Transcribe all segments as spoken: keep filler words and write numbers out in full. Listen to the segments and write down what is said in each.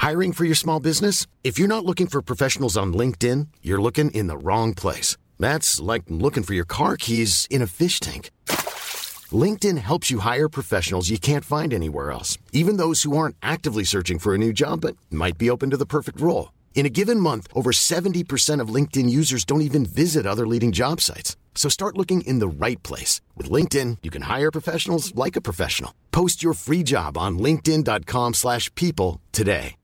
Hiring for your small business? If you're not looking for professionals on LinkedIn, you're looking in the wrong place. That's like looking for your car keys in a fish tank. LinkedIn helps you hire professionals you can't find anywhere else, even those who aren't actively searching for a new job but might be open to the perfect role. In a given month, over seventy percent of LinkedIn users don't even visit other leading job sites. So start looking in the right place. With LinkedIn, you can hire professionals like a professional. Post your free job on linkedin dot com slash people today.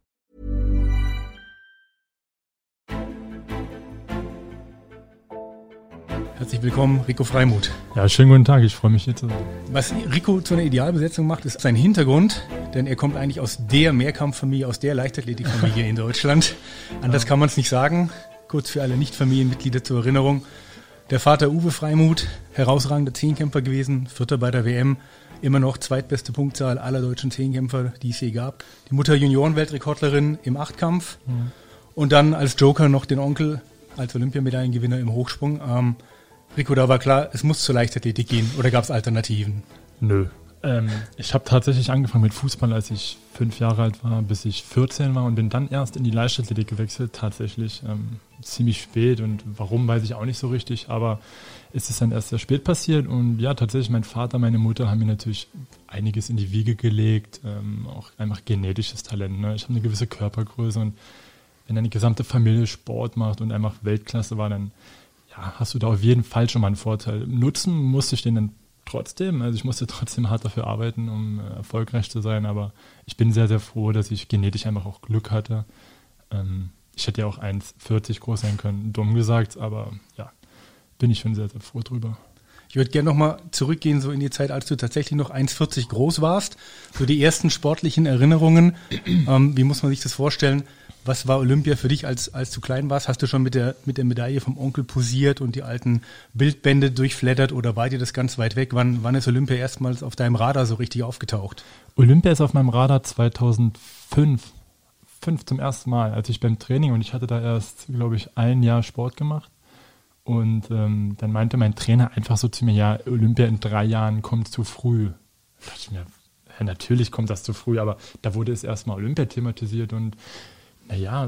Herzlich willkommen, Rico Freimuth. Ja, schönen guten Tag, ich freue mich hier zu sein. Was Rico zu einer Idealbesetzung macht, ist sein Hintergrund, denn er kommt eigentlich aus der Mehrkampffamilie, aus der Leichtathletikfamilie in Deutschland. Anders kann man es nicht sagen. Kurz für alle Nicht-Familienmitglieder zur Erinnerung. Der Vater Uwe Freimuth, herausragender Zehnkämpfer gewesen, Vierter bei der W M, immer noch zweitbeste Punktzahl aller deutschen Zehnkämpfer, die es je gab. Die Mutter Junioren-Weltrekordlerin im Achtkampf mhm. und dann als Joker noch den Onkel als Olympiamedaillengewinner im Hochsprung. Ähm, Rico, da war klar, es muss zur Leichtathletik gehen, oder gab es Alternativen? Nö. Ähm, ich habe tatsächlich angefangen mit Fußball, als ich fünf Jahre alt war, bis ich vierzehn war und bin dann erst in die Leichtathletik gewechselt, tatsächlich ähm, ziemlich spät und warum, weiß ich auch nicht so richtig, aber es ist dann erst sehr spät passiert und ja, tatsächlich mein Vater, meine Mutter haben mir natürlich einiges in die Wiege gelegt, ähm, auch einfach genetisches Talent, ne? Ich habe eine gewisse Körpergröße und wenn dann die gesamte Familie Sport macht und einfach Weltklasse war, dann ja, hast du da auf jeden Fall schon mal einen Vorteil. Nutzen musste ich den dann trotzdem, also ich musste trotzdem hart dafür arbeiten, um äh, erfolgreich zu sein, aber ich bin sehr, sehr froh, dass ich genetisch einfach auch Glück hatte. Ähm, ich hätte ja auch eins vierzig groß sein können, dumm gesagt, aber ja, bin ich schon sehr, sehr froh drüber. Ich würde gerne nochmal zurückgehen, so in die Zeit, als du tatsächlich noch eins vierzig groß warst, so die ersten sportlichen Erinnerungen, ähm, wie muss man sich das vorstellen? Was war Olympia für dich, als, als du klein warst? Hast du schon mit der, mit der Medaille vom Onkel posiert und die alten Bildbände durchflattert oder war dir das ganz weit weg? Wann, wann ist Olympia erstmals auf deinem Radar so richtig aufgetaucht? Olympia ist auf meinem Radar zweitausendfünf fünf zum ersten Mal, als ich beim Training, und ich hatte da erst, glaube ich, ein Jahr Sport gemacht. Und ähm, dann meinte mein Trainer einfach so zu mir, ja, Olympia in drei Jahren kommt zu früh. Da dachte ich mir, ja, natürlich kommt das zu früh, aber da wurde es erstmal Olympia thematisiert und naja,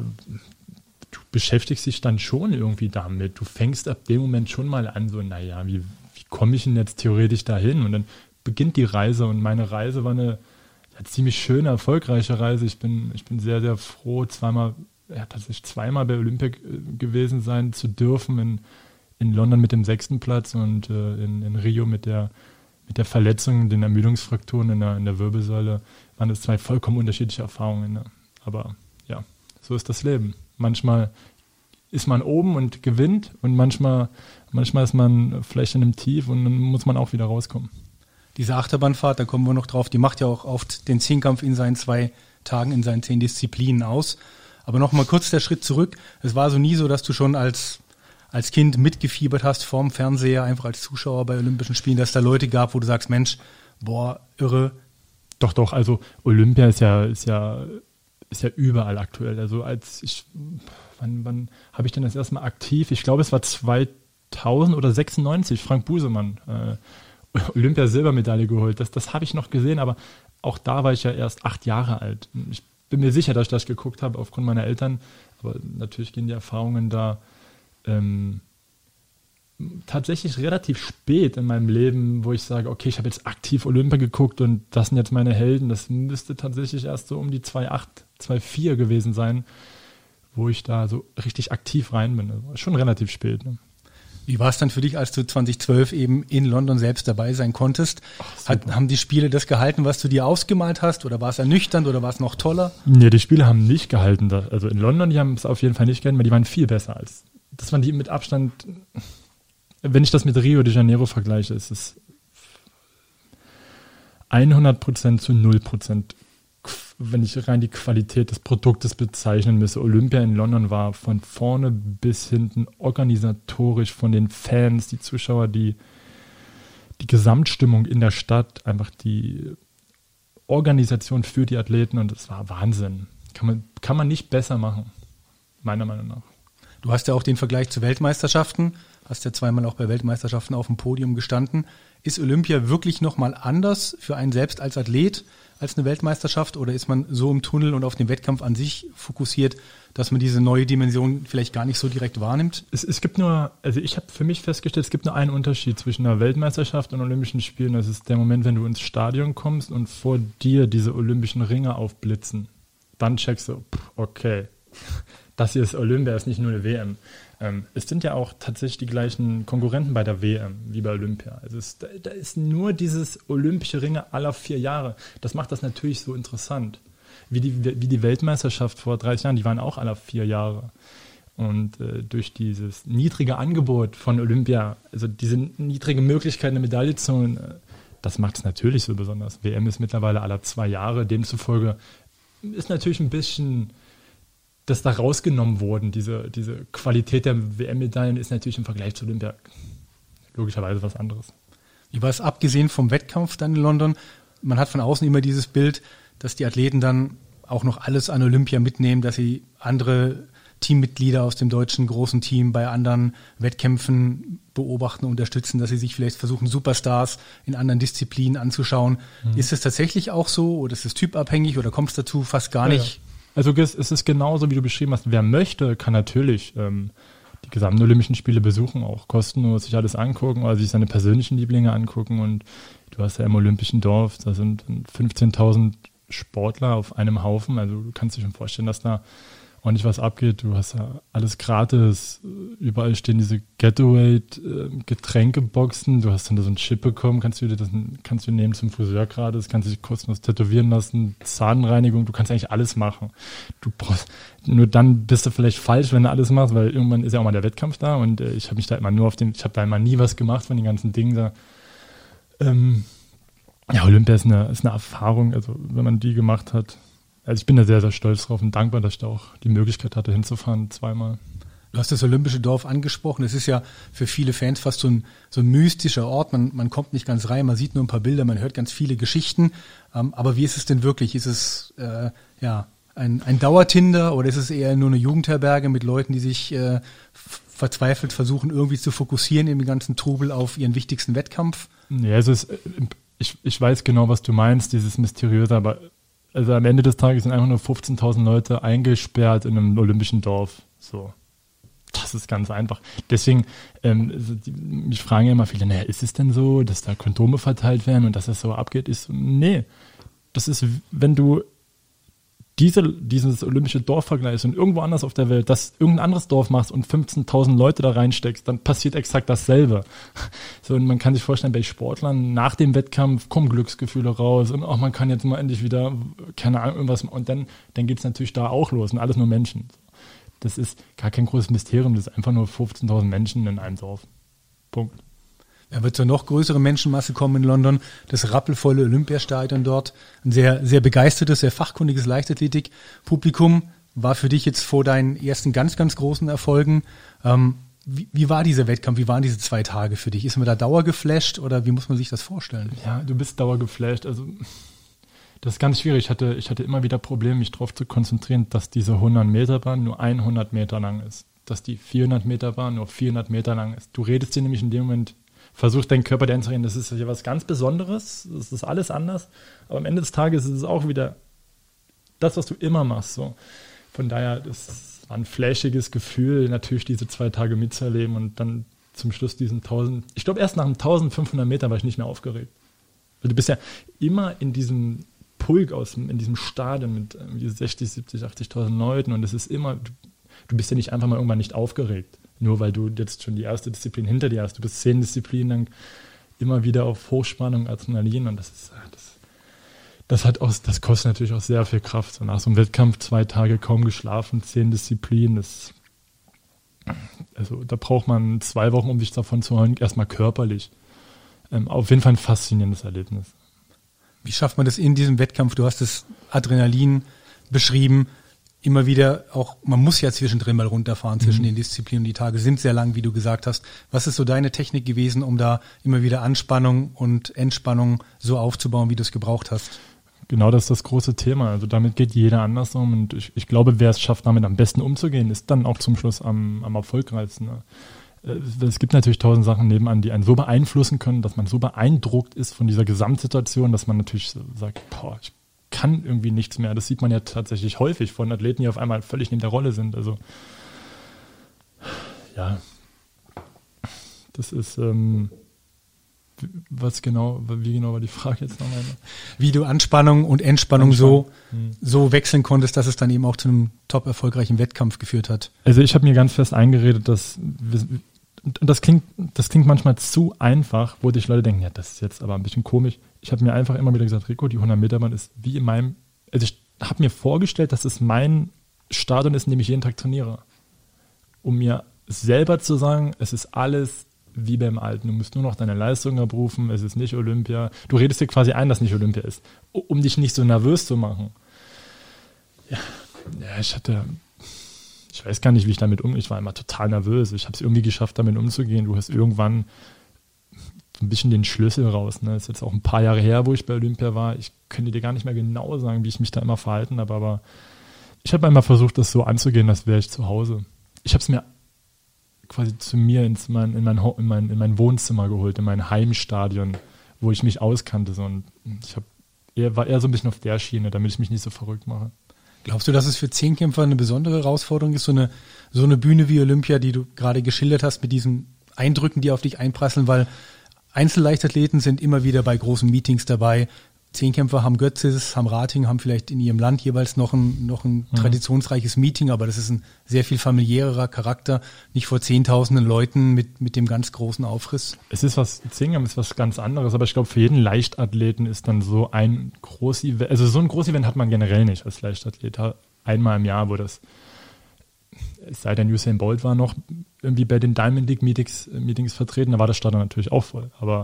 du beschäftigst dich dann schon irgendwie damit. Du fängst ab dem Moment schon mal an, so, naja, wie, wie komme ich denn jetzt theoretisch dahin? Und dann beginnt die Reise und meine Reise war eine ja, ziemlich schöne, erfolgreiche Reise. Ich bin, ich bin sehr, sehr froh, zweimal, ja, tatsächlich zweimal bei Olympia gewesen sein zu dürfen, in, in London mit dem sechsten Platz und äh, in, in Rio mit der, mit der Verletzung, den Ermüdungsfrakturen in der, in der Wirbelsäule, waren das zwei vollkommen unterschiedliche Erfahrungen. Ne? Aber ja, so ist das Leben. Manchmal ist man oben und gewinnt und manchmal, manchmal ist man vielleicht in einem Tief und dann muss man auch wieder rauskommen. Diese Achterbahnfahrt, da kommen wir noch drauf, die macht ja auch oft den Zehnkampf in seinen zwei Tagen, in seinen zehn Disziplinen aus. Aber nochmal kurz der Schritt zurück. Es war so nie so, dass du schon als, als Kind mitgefiebert hast vorm Fernseher, einfach als Zuschauer bei Olympischen Spielen, dass es da Leute gab, wo du sagst, Mensch, boah, irre. Doch, doch, also Olympia ist ja, ist ja ist ja überall aktuell. Also als ich, wann, wann habe ich denn das erste Mal aktiv? Ich glaube, es war zweitausend oder sechsundneunzig, Frank Busemann, äh, Olympia-Silbermedaille geholt. Das, das habe ich noch gesehen, aber auch da war ich ja erst acht Jahre alt. Ich bin mir sicher, dass ich das geguckt habe aufgrund meiner Eltern, aber natürlich gehen die Erfahrungen da ähm, tatsächlich relativ spät in meinem Leben, wo ich sage, okay, ich habe jetzt aktiv Olympia geguckt und das sind jetzt meine Helden. Das müsste tatsächlich erst so um die zwei Komma acht, zwei Komma vier gewesen sein, wo ich da so richtig aktiv rein bin. Also schon relativ spät. Ne? Wie war es dann für dich, als du zweitausendzwölf eben in London selbst dabei sein konntest? Ach, Hat, haben die Spiele das gehalten, was du dir ausgemalt hast? Oder war es ernüchternd oder war es noch toller? Nee, die Spiele haben nicht gehalten. Also in London, die haben es auf jeden Fall nicht gehalten, weil die waren viel besser als. Das waren die mit Abstand. Wenn ich das mit Rio de Janeiro vergleiche, ist es hundert Prozent zu null Prozent, wenn ich rein die Qualität des Produktes bezeichnen müsse. Olympia in London war von vorne bis hinten organisatorisch von den Fans, die Zuschauer, die, die Gesamtstimmung in der Stadt, einfach die Organisation für die Athleten und es war Wahnsinn. Kann man, kann man nicht besser machen, meiner Meinung nach. Du hast ja auch den Vergleich zu Weltmeisterschaften, hast ja zweimal auch bei Weltmeisterschaften auf dem Podium gestanden. Ist Olympia wirklich nochmal anders für einen selbst als Athlet, als eine Weltmeisterschaft oder ist man so im Tunnel und auf den Wettkampf an sich fokussiert, dass man diese neue Dimension vielleicht gar nicht so direkt wahrnimmt? Es, es gibt nur, also ich habe für mich festgestellt, es gibt nur einen Unterschied zwischen einer Weltmeisterschaft und Olympischen Spielen. Das ist der Moment, wenn du ins Stadion kommst und vor dir diese olympischen Ringe aufblitzen. Dann checkst du, okay, das hier ist Olympia, ist nicht nur eine W M. Ähm, es sind ja auch tatsächlich die gleichen Konkurrenten bei der W M wie bei Olympia. Also es, da, da ist nur dieses olympische Ringe aller vier Jahre. Das macht das natürlich so interessant. Wie die, wie die Weltmeisterschaft vor dreißig Jahren, die waren auch aller vier Jahre. Und äh, durch dieses niedrige Angebot von Olympia, also diese niedrige Möglichkeit, eine Medaille zu holen, äh, das macht es natürlich so besonders. W M ist mittlerweile alle zwei Jahre, demzufolge ist natürlich ein bisschen das da rausgenommen worden. Diese, diese Qualität der W M-Medaillen ist natürlich im Vergleich zu Olympia logischerweise was anderes. Wie war es abgesehen vom Wettkampf dann in London? Man hat von außen immer dieses Bild, dass die Athleten dann auch noch alles an Olympia mitnehmen, dass sie andere Teammitglieder aus dem deutschen großen Team bei anderen Wettkämpfen beobachten, unterstützen, dass sie sich vielleicht versuchen, Superstars in anderen Disziplinen anzuschauen. Mhm. Ist es tatsächlich auch so oder ist es typabhängig oder kommt es dazu fast gar ja, nicht? Ja. Also es ist genauso, wie du beschrieben hast. Wer möchte, kann natürlich ähm, die gesamten Olympischen Spiele besuchen, auch kostenlos sich alles angucken oder sich seine persönlichen Lieblinge angucken. Und du hast ja im Olympischen Dorf, da sind fünfzehntausend Sportler auf einem Haufen. Also du kannst dir schon vorstellen, dass da ordentlich was abgeht. Du hast ja alles gratis. Überall stehen diese Getaway-Getränkeboxen. Du hast dann da so ein Chip bekommen, kannst du dir das kannst du nehmen zum Friseur gratis, kannst dich kostenlos tätowieren lassen, Zahnreinigung, du kannst eigentlich alles machen. Du brauchst, nur dann bist du vielleicht falsch, wenn du alles machst, weil irgendwann ist ja auch mal der Wettkampf da und äh, ich habe mich da immer nur auf den, ich habe da immer nie was gemacht von den ganzen Dingen da. Ähm, ja, Olympia ist eine, ist eine Erfahrung, also wenn man die gemacht hat. Also ich bin da sehr, sehr stolz drauf und dankbar, dass ich da auch die Möglichkeit hatte, hinzufahren, zweimal. Du hast das Olympische Dorf angesprochen. Es ist ja für viele Fans fast so ein, so ein mystischer Ort. Man, man kommt nicht ganz rein, man sieht nur ein paar Bilder, man hört ganz viele Geschichten. Ähm, aber wie ist es denn wirklich? Ist es äh, ja ein, ein Dauertinder oder ist es eher nur eine Jugendherberge mit Leuten, die sich äh, verzweifelt versuchen, irgendwie zu fokussieren im ganzen Trubel auf ihren wichtigsten Wettkampf? Ja, also es, ich, ich weiß genau, was du meinst, dieses Mysteriöse, aber also am Ende des Tages sind einfach nur fünfzehntausend Leute eingesperrt in einem olympischen Dorf. So. Das ist ganz einfach. Deswegen, ähm, die, mich fragen ja immer viele, naja, ist es denn so, dass da Kondome verteilt werden und dass das so abgeht? Ist so, nee. Das ist, wenn du diese, dieses olympische Dorf vergleichst und irgendwo anders auf der Welt, dass irgendein anderes Dorf machst und fünfzehntausend Leute da reinsteckst, dann passiert exakt dasselbe. So, und man kann sich vorstellen, bei Sportlern nach dem Wettkampf kommen Glücksgefühle raus und auch man kann jetzt mal endlich wieder, keine Ahnung, irgendwas, und dann, dann geht es natürlich da auch los und alles nur Menschen. Das ist gar kein großes Mysterium, das ist einfach nur fünfzehntausend Menschen in einem Dorf. Punkt. Da wird zur noch größere Menschenmasse kommen in London. Das rappelvolle Olympiastadion dort. Ein sehr, sehr begeistertes, sehr fachkundiges Leichtathletik-Publikum. War für dich jetzt vor deinen ersten ganz, ganz großen Erfolgen. Ähm, wie, wie war dieser Wettkampf? Wie waren diese zwei Tage für dich? Ist man da dauergeflasht oder wie muss man sich das vorstellen? Ja, du bist dauergeflasht. Also das ist ganz schwierig. Ich hatte, ich hatte immer wieder Probleme, mich darauf zu konzentrieren, dass diese hundert Meter Bahn nur hundert Meter lang ist. Dass die vierhundert Meter Bahn nur vierhundert Meter lang ist. Du redest dir nämlich in dem Moment, versuchst deinen Körper dahin zu reden, das ist ja was ganz Besonderes, das ist alles anders, aber am Ende des Tages ist es auch wieder das, was du immer machst. So. Von daher, das war ein flashiges Gefühl, natürlich diese zwei Tage mitzuerleben und dann zum Schluss diesen tausend, ich glaube erst nach einem eintausendfünfhundert Meter war ich nicht mehr aufgeregt. Weil du bist ja immer in diesem Pulk aus, in diesem Stadion mit sechzig, siebzig, achtzigtausend Leuten und es ist immer, du, du bist ja nicht einfach mal irgendwann nicht aufgeregt. Nur weil du jetzt schon die erste Disziplin hinter dir hast. Du bist zehn Disziplinen lang immer wieder auf Hochspannung, Adrenalin und das ist, das, das hat auch, das kostet natürlich auch sehr viel Kraft. So nach so einem Wettkampf zwei Tage kaum geschlafen, zehn Disziplinen, das, also da braucht man zwei Wochen, um sich davon zu holen, erstmal körperlich. Ähm, auf jeden Fall ein faszinierendes Erlebnis. Wie schafft man das in diesem Wettkampf? Du hast das Adrenalin beschrieben. Immer wieder auch, man muss ja zwischendrin mal runterfahren zwischen mhm. den Disziplinen. Die Tage sind sehr lang, wie du gesagt hast. Was ist so deine Technik gewesen, um da immer wieder Anspannung und Entspannung so aufzubauen, wie du es gebraucht hast? Genau, das ist das große Thema. Also damit geht jeder anders um. Und ich, ich glaube, wer es schafft, damit am besten umzugehen, ist dann auch zum Schluss am, am erfolgreichsten. Es gibt natürlich tausend Sachen nebenan, die einen so beeinflussen können, dass man so beeindruckt ist von dieser Gesamtsituation, dass man natürlich sagt, boah, ich kann irgendwie nichts mehr. Das sieht man ja tatsächlich häufig von Athleten, die auf einmal völlig neben der Rolle sind. Also ja, das ist ähm, was genau, wie genau war die Frage jetzt nochmal? Wie du Anspannung und Entspannung Anspannung. so, hm. so wechseln konntest, dass es dann eben auch zu einem top erfolgreichen Wettkampf geführt hat. Also ich habe mir ganz fest eingeredet, dass wir, und das klingt, das klingt manchmal zu einfach, wo sich Leute denken, ja, das ist jetzt aber ein bisschen komisch. Ich habe mir einfach immer wieder gesagt, Rico, die hundert Meter Bahn ist wie in meinem, also ich habe mir vorgestellt, dass es mein Stadion ist, in dem ich jeden Tag trainiere. Um mir selber zu sagen, es ist alles wie beim Alten. Du musst nur noch deine Leistung abrufen, es ist nicht Olympia. Du redest dir quasi ein, dass nicht Olympia ist, um dich nicht so nervös zu machen. Ja, ja ich hatte, ich weiß gar nicht, wie ich damit umgehe. Ich war immer total nervös. Ich habe es irgendwie geschafft, damit umzugehen. Du hast irgendwann so ein bisschen den Schlüssel raus. Ne? Das ist jetzt auch ein paar Jahre her, wo ich bei Olympia war. Ich könnte dir gar nicht mehr genau sagen, wie ich mich da immer verhalten habe, aber ich habe einmal versucht, das so anzugehen, als wäre ich zu Hause. Ich habe es mir quasi zu mir ins mein, in, mein, in, mein, in mein Wohnzimmer geholt, in mein Heimstadion, wo ich mich auskannte. So. Und ich hab eher, war eher so ein bisschen auf der Schiene, damit ich mich nicht so verrückt mache. Glaubst du, dass es für Zehnkämpfer eine besondere Herausforderung ist, so eine, so eine Bühne wie Olympia, die du gerade geschildert hast, mit diesen Eindrücken, die auf dich einprasseln? Weil Einzelleichtathleten sind immer wieder bei großen Meetings dabei. Zehnkämpfer haben Götzis, haben Rating, haben vielleicht in ihrem Land jeweils noch ein, noch ein mhm. traditionsreiches Meeting, aber das ist ein sehr viel familiärer Charakter, nicht vor zehntausenden Leuten mit, mit dem ganz großen Aufriss. Es ist was, Zehnkampf ist was ganz anderes, aber ich glaube, für jeden Leichtathleten ist dann so ein Groß-Event, also so ein Groß-Event hat man generell nicht als Leichtathlet, einmal im Jahr, wo das, es sei denn, Usain Bolt war noch irgendwie bei den Diamond League Meetings, Meetings vertreten, da war das Stadion natürlich auch voll, aber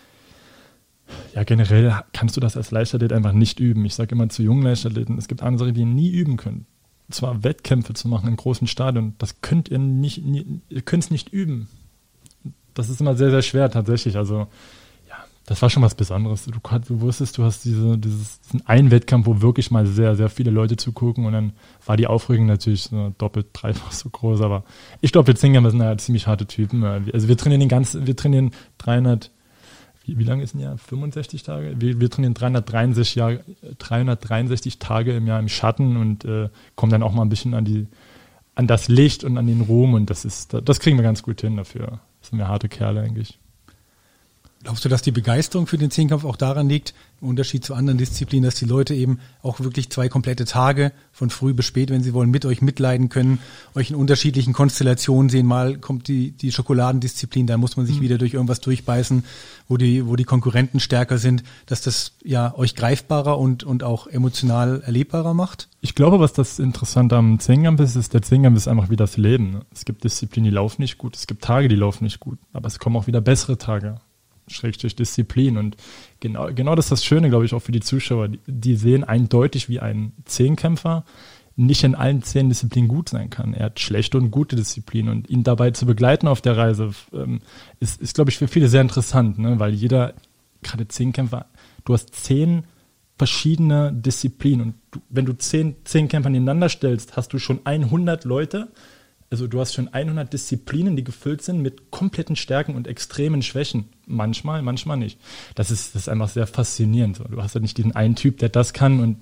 ja, generell kannst du das als Leichtathlet einfach nicht üben. Ich sage immer zu jungen Leichtathleten, es gibt eine Sache, die ihr nie üben könnt. Und zwar Wettkämpfe zu machen in großen Stadien. Das könnt ihr nicht, nie, ihr könnt es nicht üben. Das ist immer sehr, sehr schwer tatsächlich. Also ja, das war schon was Besonderes. Du, du wusstest, du hast diese, dieses, diesen einen Wettkampf, wo wirklich mal sehr, sehr viele Leute zugucken und dann war die Aufregung natürlich so doppelt, dreifach so groß. Aber ich glaube, wir Zehnkämpfer sind ja ziemlich harte Typen. Also wir trainieren den ganzen, wir trainieren dreihundert Wie, wie lange ist ein Jahr? fünfundsechzig Tage? Wir, wir trainieren dreihundertdreiundsechzig, Jahr, dreihundertdreiundsechzig Tage im Jahr im Schatten und äh, kommen dann auch mal ein bisschen an, die, an das Licht und an den Ruhm und das ist, das kriegen wir ganz gut hin dafür. Das sind wir harte Kerle eigentlich. Glaubst du, dass die Begeisterung für den Zehnkampf auch daran liegt, im Unterschied zu anderen Disziplinen, dass die Leute eben auch wirklich zwei komplette Tage von früh bis spät, wenn sie wollen, mit euch mitleiden können, euch in unterschiedlichen Konstellationen sehen? Mal kommt die, die Schokoladendisziplin, da muss man sich mhm. wieder durch irgendwas durchbeißen, wo die, wo die Konkurrenten stärker sind, dass das ja euch greifbarer und, und auch emotional erlebbarer macht? Ich glaube, was das Interessante am Zehnkampf ist, ist, der Zehnkampf ist einfach wie das Leben. Ne? Es gibt Disziplinen, die laufen nicht gut, es gibt Tage, die laufen nicht gut, aber es kommen auch wieder bessere Tage. Schrägstrich Disziplin und genau, genau das ist das Schöne, glaube ich, auch für die Zuschauer. Die, die sehen eindeutig, wie ein Zehnkämpfer nicht in allen zehn Disziplinen gut sein kann. Er hat schlechte und gute Disziplinen und ihn dabei zu begleiten auf der Reise ähm, ist, ist, glaube ich, für viele sehr interessant, ne? Weil jeder, gerade Zehnkämpfer, du hast zehn verschiedene Disziplinen und du, wenn du zehn Zehnkämpfer nebeneinander stellst, hast du schon hundert Leute. Also du hast schon hundert Disziplinen, die gefüllt sind mit kompletten Stärken und extremen Schwächen. Manchmal, manchmal nicht. Das ist, das ist einfach sehr faszinierend. Du hast ja nicht diesen einen Typ, der das kann. Und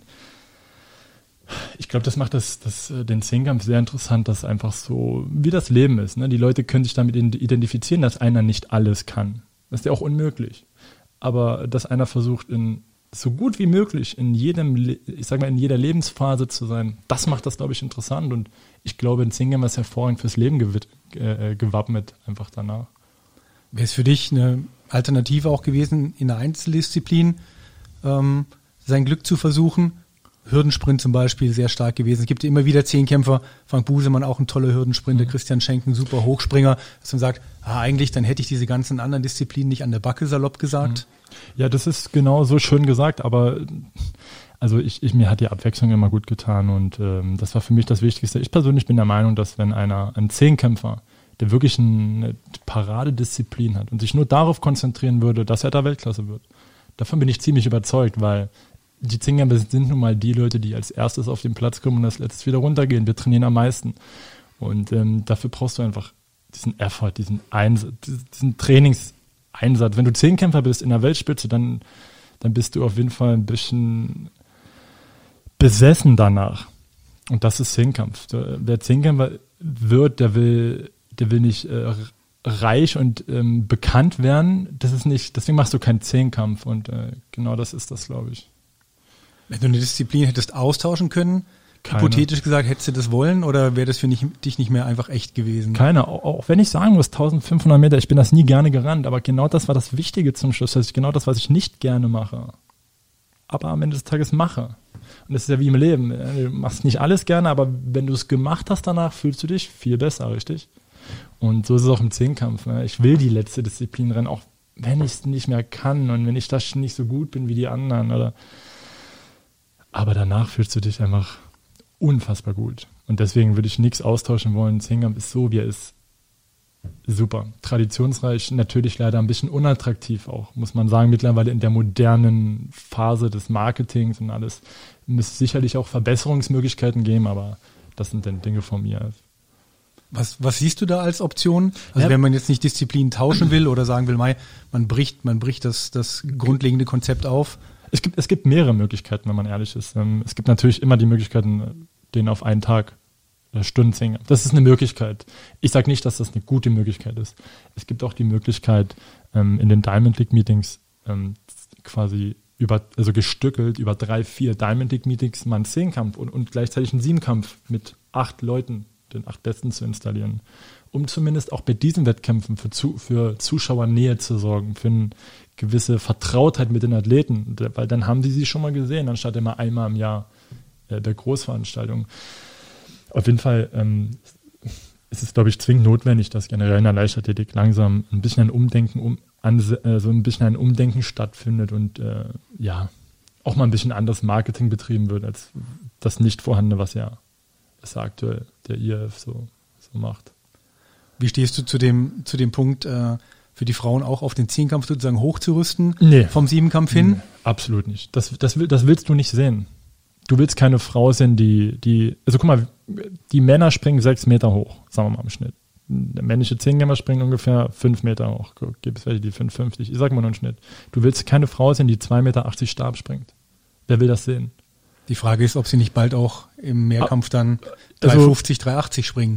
ich glaube, das macht das, das, den Zehnkampf sehr interessant, dass einfach so, wie das Leben ist. Ne? Die Leute können sich damit identifizieren, dass einer nicht alles kann. Das ist ja auch unmöglich. Aber dass einer versucht, in so gut wie möglich in jedem, ich sag mal, in jeder Lebensphase zu sein, das macht das, glaube ich, interessant. Und ich glaube, ein Zehnkämpfer ist hervorragend fürs Leben gewid- äh, gewappnet, einfach danach. Wäre es für dich eine Alternative auch gewesen, in einer Einzeldisziplin ähm, sein Glück zu versuchen? Hürdensprint zum Beispiel, sehr stark gewesen. Es gibt immer wieder Zehnkämpfer, Frank Busemann auch ein toller Hürdensprinter, mhm. Christian Schenk ein super Hochspringer, dass man sagt, ah, eigentlich, dann hätte ich diese ganzen anderen Disziplinen nicht an der Backe, salopp gesagt. Ja, das ist genau so schön gesagt, aber also ich, ich mir hat die Abwechslung immer gut getan und ähm, das war für mich das Wichtigste. Ich persönlich bin der Meinung, dass wenn einer, ein Zehnkämpfer, der wirklich eine Paradedisziplin hat und sich nur darauf konzentrieren würde, dass er da Weltklasse wird, davon bin ich ziemlich überzeugt, weil die Zehnkämpfer sind nun mal die Leute, die als erstes auf den Platz kommen und als letztes wieder runtergehen. Wir trainieren am meisten. Und ähm, dafür brauchst du einfach diesen Effort, diesen, Einsatz, diesen Trainingseinsatz. Wenn du Zehnkämpfer bist in der Weltspitze, dann, dann bist du auf jeden Fall ein bisschen, besessen danach. Und das ist Zehnkampf. Wer Zehnkämpfer wird, der will, der will nicht äh, reich und ähm, bekannt werden. Das ist nicht, deswegen machst du keinen Zehnkampf. Und äh, genau das ist das, glaube ich. Wenn du eine Disziplin hättest austauschen können, Keine. hypothetisch gesagt, hättest du das wollen oder wäre das für nicht, dich nicht mehr einfach echt gewesen? Keine. Auch, auch wenn ich sagen muss, eintausendfünfhundert Meter, ich bin das nie gerne gerannt, aber genau das war das Wichtige zum Schluss. Das ist genau das, was ich nicht gerne mache, aber am Ende des Tages mache. Und das ist ja wie im Leben. Du machst nicht alles gerne, aber wenn du es gemacht hast danach, fühlst du dich viel besser, richtig? Und so ist es auch im Zehnkampf. Ich will die letzte Disziplin rennen, auch wenn ich es nicht mehr kann und wenn ich da nicht so gut bin wie die anderen. Oder aber danach fühlst du dich einfach unfassbar gut. Und deswegen würde ich nichts austauschen wollen. Zehnkampf ist so, wie er ist. Super. Traditionsreich, natürlich leider ein bisschen unattraktiv auch, muss man sagen, mittlerweile in der modernen Phase des Marketings und alles. Müsste sicherlich auch Verbesserungsmöglichkeiten geben, aber das sind dann Dinge von mir. Was, was siehst du da als Option? Also ja. wenn man jetzt nicht Disziplin tauschen will oder sagen will, Mai, man bricht, man bricht das, das grundlegende Konzept auf. Es gibt, es gibt mehrere Möglichkeiten, wenn man ehrlich ist. Es gibt natürlich immer die Möglichkeiten, den auf einen Tag Stunden Zehnkampf. Das ist eine Möglichkeit. Ich sage nicht, dass das eine gute Möglichkeit ist. Es gibt auch die Möglichkeit, ähm, in den Diamond League Meetings ähm, quasi über, also gestückelt über drei, vier Diamond League Meetings mal einen Zehnkampf und, und gleichzeitig einen Siebenkampf mit acht Leuten, den acht Besten zu installieren, um zumindest auch bei diesen Wettkämpfen für, zu, für Zuschauernähe zu sorgen, für eine gewisse Vertrautheit mit den Athleten, weil dann haben die sie schon mal gesehen, anstatt immer einmal im Jahr äh, der Großveranstaltung. Auf jeden Fall ähm, ist es, glaube ich, zwingend notwendig, dass generell in der Leichtathletik langsam ein bisschen ein Umdenken, um, an, äh, so ein bisschen ein Umdenken stattfindet und äh, ja, auch mal ein bisschen anderes Marketing betrieben wird, als das nicht vorhandene, was ja, was ja aktuell der I A F so, so macht. Wie stehst du zu dem, zu dem Punkt, äh, für die Frauen auch auf den Zehnkampf sozusagen hochzurüsten, nee. vom Siebenkampf hin? Nee, absolut nicht. Das, das, will, das willst du nicht sehen. Du willst keine Frau sehen, die, die, also guck mal, die Männer springen sechs Meter hoch, sagen wir mal im Schnitt. Der männliche Zehnkämpfer springt ungefähr fünf Meter hoch. Gibt es welche, die fünf fünfzig, ich sag mal nur einen Schnitt. Du willst keine Frau sehen, die zwei Meter achtzig Stab springt. Wer will das sehen? Die Frage ist, ob sie nicht bald auch im Mehrkampf dann Also, drei fünfzig, drei achtzig springen.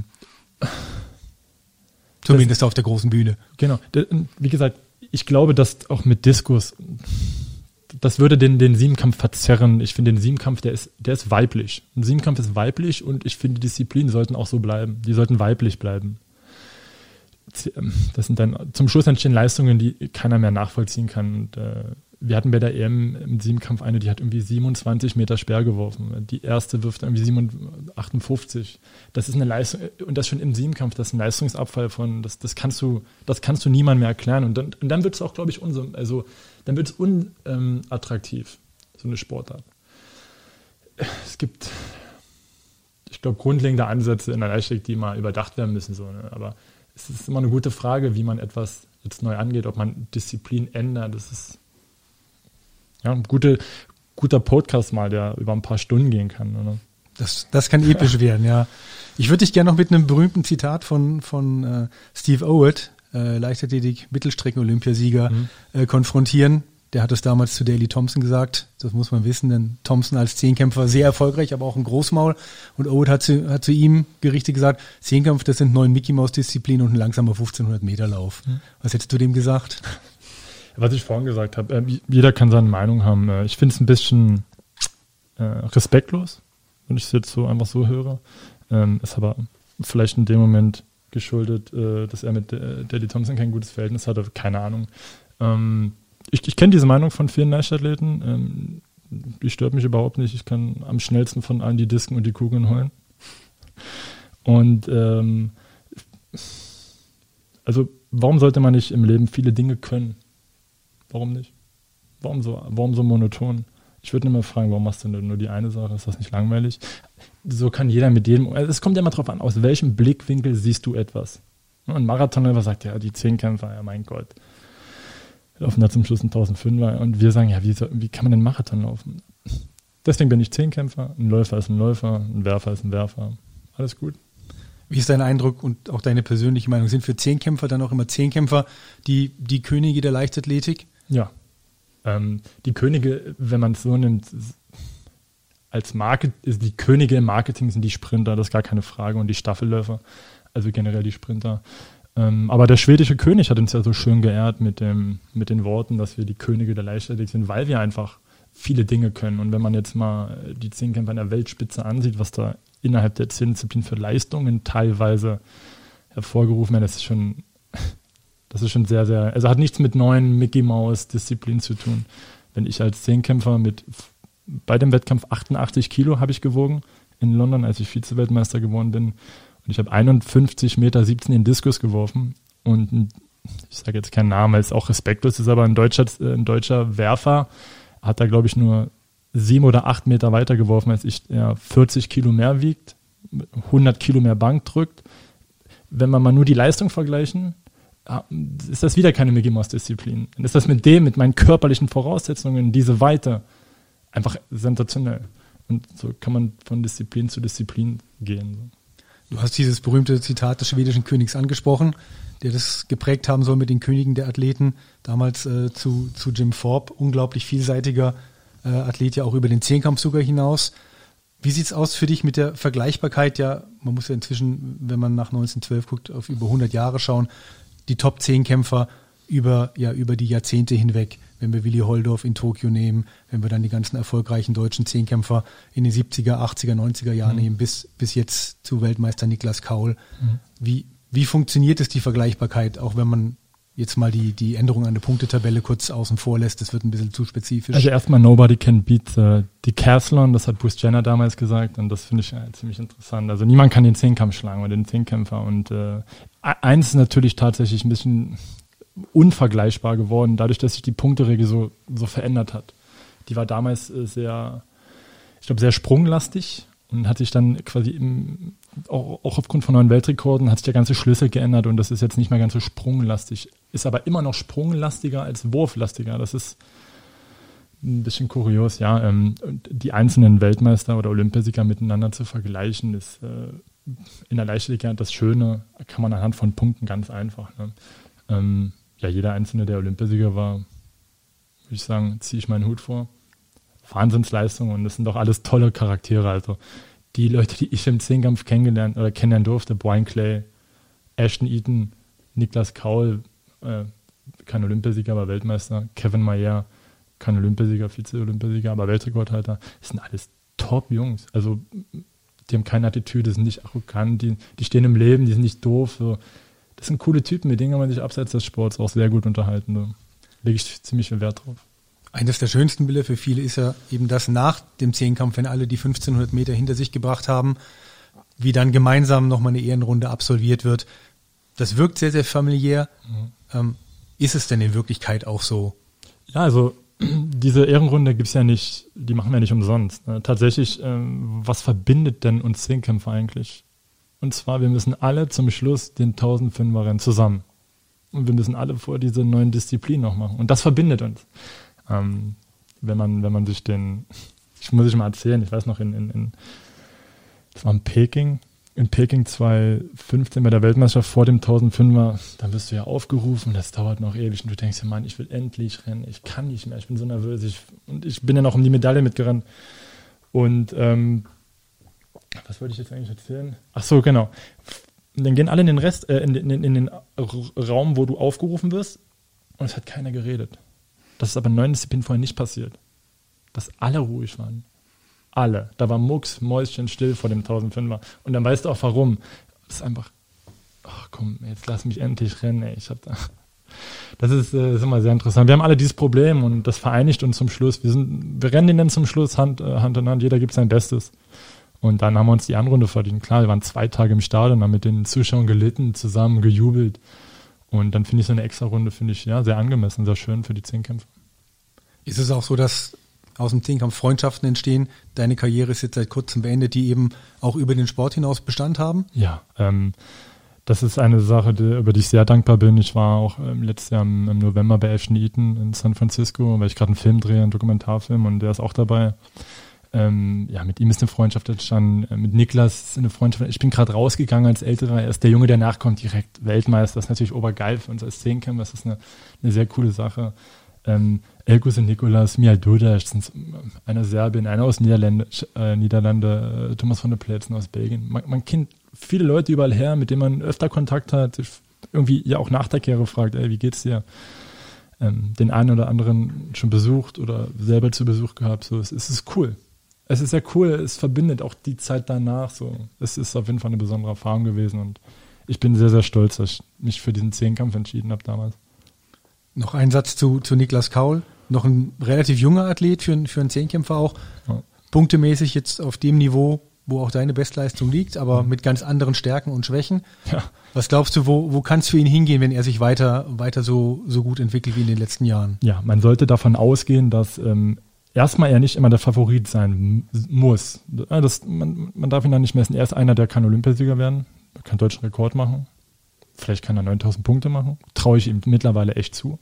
Zumindest auf der großen Bühne. Genau. Wie gesagt, ich glaube, dass auch mit Diskus, das würde den, den Siebenkampf verzerren. Ich finde, den Siebenkampf, der ist, der ist weiblich. Ein Siebenkampf ist weiblich und ich finde, die Disziplinen sollten auch so bleiben. Die sollten weiblich bleiben. Das sind dann zum Schluss entstehen Leistungen, die keiner mehr nachvollziehen kann. Und, äh, wir hatten bei der E M im Siebenkampf eine, die hat irgendwie siebenundzwanzig Meter Speer geworfen. Die erste wirft irgendwie achtundfünfzig. Das ist eine Leistung, und das schon im Siebenkampf, das ist ein Leistungsabfall von, das, das kannst du, das kannst du niemandem mehr erklären. Und dann, und dann wird es auch, glaube ich, unsum, also dann wird es unattraktiv, so eine Sportart. Es gibt, ich glaube, grundlegende Ansätze in der Leichtathletik, die mal überdacht werden müssen. So, ne? Aber es ist immer eine gute Frage, wie man etwas jetzt neu angeht, ob man Disziplin ändert. Das ist ja ein gute, guter Podcast mal, der über ein paar Stunden gehen kann. Oder? Das, das kann episch werden, ja. Ich würde dich gerne noch mit einem berühmten Zitat von, von äh, Steve Owett, äh, Leichtathletik, Mittelstrecken-Olympiasieger, mhm. äh, konfrontieren. Der hat es damals zu Daley Thompson gesagt, das muss man wissen, denn Thompson als Zehnkämpfer sehr erfolgreich, aber auch ein Großmaul. Und Owett hat zu, hat zu ihm gerichtet gesagt, Zehnkampf, das sind neun Mickey-Maus-Disziplinen und ein langsamer fünfzehnhundert Meter Lauf. Mhm. Was hättest du dem gesagt? Was ich vorhin gesagt habe, äh, jeder kann seine Meinung haben. Äh, ich finde es ein bisschen äh, respektlos, wenn ich es jetzt so einfach so höre. Ähm, ist aber vielleicht in dem Moment geschuldet, äh, dass er mit äh, Daley Thompson kein gutes Verhältnis hatte. Keine Ahnung. Ähm, ich ich kenne diese Meinung von vielen Leichtathleten. Ähm, die stört mich überhaupt nicht. Ich kann am schnellsten von allen die Disken und die Kugeln holen. Und ähm, also warum sollte man nicht im Leben viele Dinge können? Warum nicht? Warum so, warum so monoton? Ich würde immer fragen, warum machst du nur die eine Sache? Ist das nicht langweilig? So kann jeder mit jedem, es kommt ja immer drauf an, aus welchem Blickwinkel siehst du etwas? Ein Marathonläufer sagt, ja, die Zehnkämpfer, ja mein Gott, laufen da zum Schluss ein tausendfünfer und wir sagen, ja, wie, wie kann man denn Marathon laufen? Deswegen bin ich Zehnkämpfer, ein Läufer ist ein Läufer, ein Werfer ist ein Werfer. Alles gut. Wie ist dein Eindruck und auch deine persönliche Meinung? Sind für Zehnkämpfer dann auch immer Zehnkämpfer die, die Könige der Leichtathletik? Ja. Ähm, die Könige, wenn man es so nimmt, als Market, die Könige im Marketing sind die Sprinter, das ist gar keine Frage, und die Staffelläufer, also generell die Sprinter. Ähm, aber der schwedische König hat uns ja so schön geehrt mit, dem, mit den Worten, dass wir die Könige der Leichtathletik sind, weil wir einfach viele Dinge können. Und wenn man jetzt mal die Zehnkämpfer an der Weltspitze ansieht, was da innerhalb der zehn Disziplinen für Leistungen teilweise hervorgerufen werden, das ist schon, das ist schon sehr, sehr, also hat nichts mit neuen Mickey-Maus-Disziplinen zu tun. Wenn ich als Zehnkämpfer mit, bei dem Wettkampf achtundachtzig Kilo habe ich gewogen in London, als ich Vize-Weltmeister geworden bin. Und ich habe einundfünfzig Meter siebzehn in den Diskus geworfen. Und ich sage jetzt keinen Namen, weil es auch respektlos ist, aber ein deutscher, ein deutscher Werfer hat da, glaube ich, nur sieben oder acht Meter weiter geworfen, als ich, der vierzig Kilo mehr wiegt, hundert Kilo mehr Bank drückt. Wenn wir mal nur die Leistung vergleichen, ist das wieder keine Mickey-Maus-Disziplin. Dann ist das mit dem, mit meinen körperlichen Voraussetzungen, diese Weite, einfach sensationell. Und so kann man von Disziplin zu Disziplin gehen. Du hast dieses berühmte Zitat des schwedischen Königs angesprochen, der das geprägt haben soll mit den Königen der Athleten, damals äh, zu, zu Jim Thorpe, unglaublich vielseitiger äh, Athlet, ja auch über den Zehnkampf sogar hinaus. Wie sieht es aus für dich mit der Vergleichbarkeit? Ja, man muss ja inzwischen, wenn man nach neunzehnhundertzwölf guckt, auf über hundert Jahre schauen, die Top-zehn-Kämpfer über, ja, über die Jahrzehnte hinweg, wenn wir Willi Holdorf in Tokio nehmen, wenn wir dann die ganzen erfolgreichen deutschen Zehnkämpfer in den siebziger, achtziger, neunziger Jahren mhm. nehmen, bis, bis jetzt zu Weltmeister Niklas Kaul. Mhm. Wie, wie funktioniert es, die Vergleichbarkeit, auch wenn man jetzt mal die, die Änderung an der Punktetabelle kurz außen vor lässt? Das wird ein bisschen zu spezifisch. Also erstmal, nobody can beat uh, die Decathlon, das hat Bruce Jenner damals gesagt, und das finde ich ja, ziemlich interessant. Also niemand kann den Zehnkampf schlagen oder den Zehnkämpfer, und äh, eins ist natürlich tatsächlich ein bisschen unvergleichbar geworden, dadurch, dass sich die Punkteregel so, so verändert hat. Die war damals äh, sehr, ich glaube, sehr sprunglastig und hat sich dann quasi im, auch, auch aufgrund von neuen Weltrekorden hat sich der ganze Schlüssel geändert, und das ist jetzt nicht mehr ganz so sprunglastig, ist aber immer noch sprunglastiger als wurflastiger. Das ist ein bisschen kurios, ja. Ähm, die einzelnen Weltmeister oder Olympiasieger miteinander zu vergleichen, ist äh, in der Leichtathletik das Schöne, kann man anhand von Punkten ganz einfach. Ne? Ähm, ja, jeder Einzelne, der Olympiasieger war, würde ich sagen, ziehe ich meinen Hut vor. Wahnsinnsleistung, und das sind doch alles tolle Charaktere. Also die Leute, die ich im Zehnkampf kennengelernt oder kennenlernen durfte, Brian Clay, Ashton Eaton, Niklas Kaul, äh, kein Olympiasieger, aber Weltmeister, Kevin Mayer, kein Olympiasieger, Vize-Olympiasieger, aber Weltrekordhalter, das sind alles Top-Jungs. Also die haben keine Attitüde, sind nicht arrogant, die, die stehen im Leben, die sind nicht doof. So. Das sind coole Typen, mit denen kann man sich abseits des Sports auch sehr gut unterhalten. Da lege ich ziemlich viel Wert drauf. Eines der schönsten Bilder für viele ist ja eben das nach dem Zehnkampf, wenn alle die fünfzehnhundert Meter hinter sich gebracht haben, wie dann gemeinsam nochmal eine Ehrenrunde absolviert wird. Das wirkt sehr, sehr familiär. Mhm. Ähm, ist es denn in Wirklichkeit auch so? Ja, also diese Ehrenrunde gibt es ja nicht, die machen wir nicht umsonst. Ne? Tatsächlich, ähm, was verbindet denn uns Zehnkämpfer eigentlich? Und zwar, wir müssen alle zum Schluss den tausendfünfer Rennen zusammen. Und wir müssen alle vor diese neuen Disziplinen noch machen. Und das verbindet uns. Ähm, wenn man, wenn man sich den, ich muss ich mal erzählen, ich weiß noch, in, in, in das war in Peking, in Peking zweitausendfünfzehn bei der Weltmeisterschaft vor dem tausendfünfer, dann wirst du ja aufgerufen, das dauert noch ewig, und du denkst ja, Mann, ich will endlich rennen, ich kann nicht mehr, ich bin so nervös, ich, und ich bin ja noch um die Medaille mitgerannt. Und ähm, was wollte ich jetzt eigentlich erzählen? Ach so, genau. Und dann gehen alle in den Rest, äh, in, in, in den Raum, wo du aufgerufen wirst, und es hat keiner geredet. Das ist aber in neun Disziplinen vorher nicht passiert. Dass alle ruhig waren. Alle. Da war Mucks, Mäuschen still vor dem tausendfünfer. Und dann weißt du auch warum. Das ist einfach, ach komm, jetzt lass mich endlich rennen. Ey. Ich hab da. Das ist, äh, ist immer sehr interessant. Wir haben alle dieses Problem, und das vereinigt uns zum Schluss. Wir, sind, wir rennen dann zum Schluss Hand, äh, Hand in Hand. Jeder gibt sein Bestes. Und dann haben wir uns die Anrunde verdient. Klar, wir waren zwei Tage im Stadion, haben mit den Zuschauern gelitten, zusammen gejubelt. Und dann finde ich so eine Extra-Runde, finde ich, ja, sehr angemessen, sehr schön für die Zehnkämpfer. Ist es auch so, dass aus dem Zehnkampf Freundschaften entstehen? Deine Karriere ist jetzt seit kurzem beendet, die eben auch über den Sport hinaus Bestand haben? Ja, ähm, das ist eine Sache, die, über die ich sehr dankbar bin. Ich war auch ähm, letztes Jahr im, im November bei Ashton Eaton in San Francisco, weil ich gerade einen Film drehe, einen Dokumentarfilm, und der ist auch dabei. Ähm, ja, mit ihm ist eine Freundschaft entstanden, mit Niklas ist eine Freundschaft. Ich bin gerade rausgegangen als Älterer, er ist der Junge, der nachkommt, direkt Weltmeister. Das ist natürlich obergeil für uns als Zehnkämpfer, das ist eine, eine sehr coole Sache. Ähm, Elkus und Nikolas, Mial Dudas, einer Serbien, einer aus Niederlande, äh, Niederlande äh, Thomas von der Plätzen aus Belgien. Man, man kennt viele Leute überall her, mit denen man öfter Kontakt hat, irgendwie ja auch nach der Karriere fragt, ey, wie geht's dir? Ähm, den einen oder anderen schon besucht oder selber zu Besuch gehabt. So, es, es ist cool. Es ist sehr cool, es verbindet auch die Zeit danach. So. Es ist auf jeden Fall eine besondere Erfahrung gewesen und ich bin sehr, sehr stolz, dass ich mich für diesen Zehnkampf entschieden habe damals. Noch ein Satz zu, zu Niklas Kaul. Noch ein relativ junger Athlet für, für einen Zehnkämpfer auch. Ja. Punktemäßig jetzt auf dem Niveau, wo auch deine Bestleistung liegt, aber mit ganz anderen Stärken und Schwächen. Ja. Was glaubst du, wo, wo kann es für ihn hingehen, wenn er sich weiter, weiter so, so gut entwickelt wie in den letzten Jahren? Ja, man sollte davon ausgehen, dass ähm, erstmal er nicht immer der Favorit sein muss. Das, man, man darf ihn dann nicht messen. Er ist einer, der kann Olympiasieger werden, er kann deutschen Rekord machen. Vielleicht kann er neuntausend Punkte machen. Traue ich ihm mittlerweile echt zu.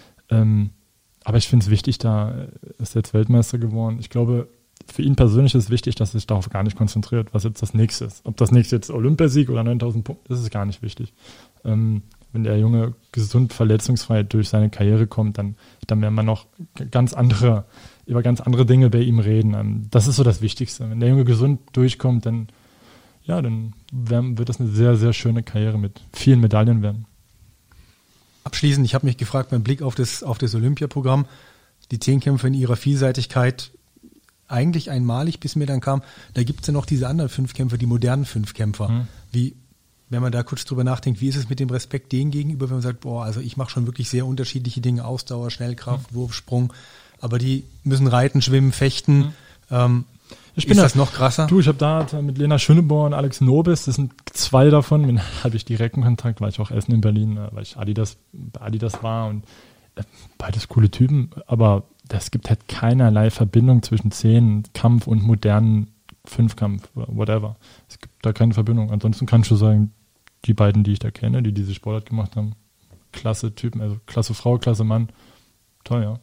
Ähm, aber ich finde es wichtig, da ist er jetzt Weltmeister geworden. Ich glaube, für ihn persönlich ist es wichtig, dass er sich darauf gar nicht konzentriert, was jetzt das nächste ist. Ob das nächste jetzt Olympiasieg oder neuntausend Punkte, das ist gar nicht wichtig. Ähm, wenn der Junge gesund, verletzungsfrei durch seine Karriere kommt, dann, dann werden wir noch ganz andere, über ganz andere Dinge bei ihm reden. Ähm, das ist so das Wichtigste. Wenn der Junge gesund durchkommt, dann, ja, dann werden, wird das eine sehr, sehr schöne Karriere mit vielen Medaillen werden. Abschließend, ich habe mich gefragt beim Blick auf das, auf das Olympiaprogramm, die Zehnkämpfer in ihrer Vielseitigkeit eigentlich einmalig, bis mir dann kam, da gibt es ja noch diese anderen Fünfkämpfer, die modernen Fünfkämpfer. Hm. Wie, wenn man da kurz drüber nachdenkt, wie ist es mit dem Respekt denen gegenüber, wenn man sagt, boah, also ich mache schon wirklich sehr unterschiedliche Dinge, Ausdauer, Schnellkraft, hm. Wurfsprung, aber die müssen reiten, schwimmen, fechten. Hm. Ähm, ich ist bin das da, noch krasser? Du, ich habe da mit Lena Schöneborn und Alex Nobis, das sind zwei davon, mit denen habe ich direkten Kontakt, weil ich auch essen in Berlin, weil ich Adidas, bei Adidas war und äh, beides coole Typen, aber es gibt halt keinerlei Verbindung zwischen Zehn, Kampf und modernen Fünfkampf, whatever. Es gibt da keine Verbindung. Ansonsten kann ich schon sagen, die beiden, die ich da kenne, die diese Sportart gemacht haben, klasse Typen, also klasse Frau, klasse Mann, toll, ja.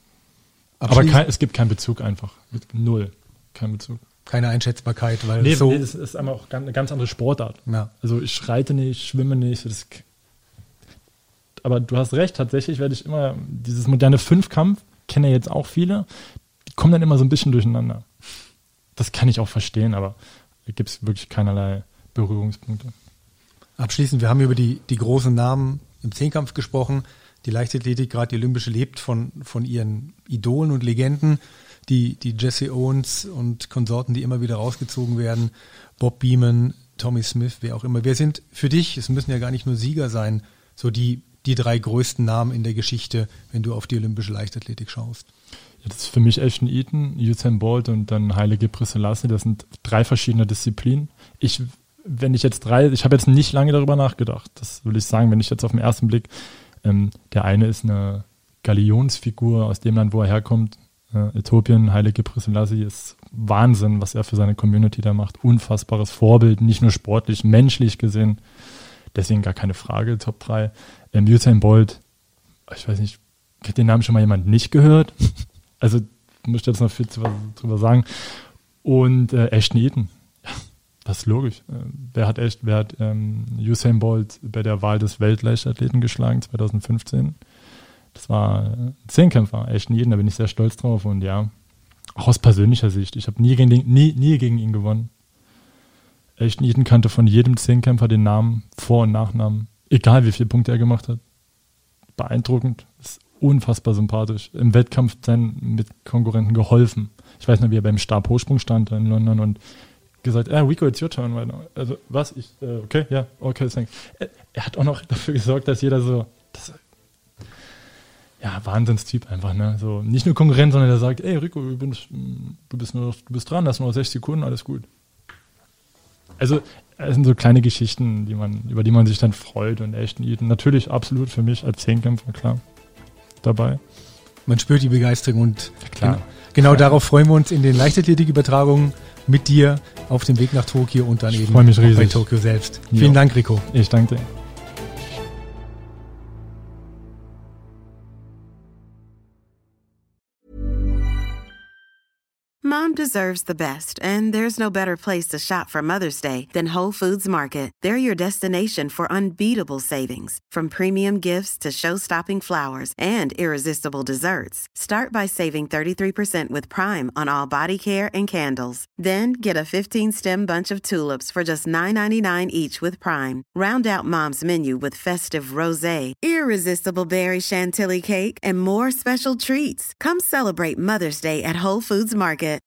Aber kein, es gibt keinen Bezug einfach, null, kein Bezug. Keine Einschätzbarkeit, weil nee, so... Nee, das ist einfach auch eine ganz andere Sportart. Ja. Also ich reite nicht, schwimme nicht, das, aber du hast recht, tatsächlich werde ich immer, dieses moderne Fünfkampf, kenne jetzt auch viele, die kommen dann immer so ein bisschen durcheinander. Das kann ich auch verstehen, aber da gibt es wirklich keinerlei Berührungspunkte. Abschließend, wir haben über die, die großen Namen im Zehnkampf gesprochen. Die Leichtathletik, gerade die Olympische, lebt von, von ihren Idolen und Legenden, die, die Jesse Owens und Konsorten, die immer wieder rausgezogen werden, Bob Beamon, Tommy Smith, wer auch immer. Wer sind für dich, es müssen ja gar nicht nur Sieger sein, so die die drei größten Namen in der Geschichte, wenn du auf die olympische Leichtathletik schaust? Ja, das ist für mich Ashton Eaton, Usain Bolt und dann Haile Gebrselassie. Das sind drei verschiedene Disziplinen. Ich, wenn ich jetzt drei, ich habe jetzt nicht lange darüber nachgedacht. Das will ich sagen, wenn ich jetzt auf den ersten Blick, ähm, der eine ist eine Galionsfigur aus dem Land, wo er herkommt. Äh, Äthiopien, Haile Gebrselassie ist Wahnsinn, was er für seine Community da macht. Unfassbares Vorbild, nicht nur sportlich, menschlich gesehen. Deswegen gar keine Frage, Top drei. Ähm, Usain Bolt, ich weiß nicht, hat den Namen schon mal jemand nicht gehört? Also, muss ich jetzt noch viel drüber sagen. Und äh, Ashton Eaton, ja, das ist logisch. Äh, wer hat, echt, wer hat ähm, Usain Bolt bei der Wahl des Weltleichtathleten geschlagen, zwanzig fünfzehn? Das war ein Zehnkämpfer, Ashton Eaton, da bin ich sehr stolz drauf. Und ja, auch aus persönlicher Sicht, ich habe nie, nie, nie gegen ihn gewonnen. Ashton Eaton kannte von jedem Zehnkämpfer den Namen, Vor- und Nachnamen, egal wie viele Punkte er gemacht hat. Beeindruckend, ist unfassbar sympathisch. Im Wettkampf dann mit Konkurrenten geholfen. Ich weiß noch, wie er beim Stabhochsprung stand in London und gesagt, ah, Rico, it's your turn right now. Also, was? Ich, äh, okay, ja, yeah, okay, thanks. Er, er hat auch noch dafür gesorgt, dass jeder so, das, ja, Wahnsinnstyp einfach, ne? So, nicht nur Konkurrent, sondern der sagt, ey, Rico, du bist, du bist, nur, du bist dran, das sind nur sechs Sekunden, alles gut. Also, es sind so kleine Geschichten, die man, über die man sich dann freut und Ashton Eaton. Natürlich absolut für mich als Zehnkämpfer, klar, dabei. Man spürt die Begeisterung und ja, klar. Genau, genau ja. Darauf freuen wir uns in den Leichtathletik-Übertragungen mit dir auf dem Weg nach Tokio und dann ich eben freu mich riesig. bei Tokio selbst. Jo. Vielen Dank, Rico. Ich danke dir. Mom deserves the best, and there's no better place to shop for Mother's Day than Whole Foods Market. They're your destination for unbeatable savings, from premium gifts to show-stopping flowers and irresistible desserts. Start by saving thirty-three percent with Prime on all body care and candles. Then get a fifteen-stem bunch of tulips for just nine ninety-nine each with Prime. Round out Mom's menu with festive rosé, irresistible berry chantilly cake, and more special treats. Come celebrate Mother's Day at Whole Foods Market.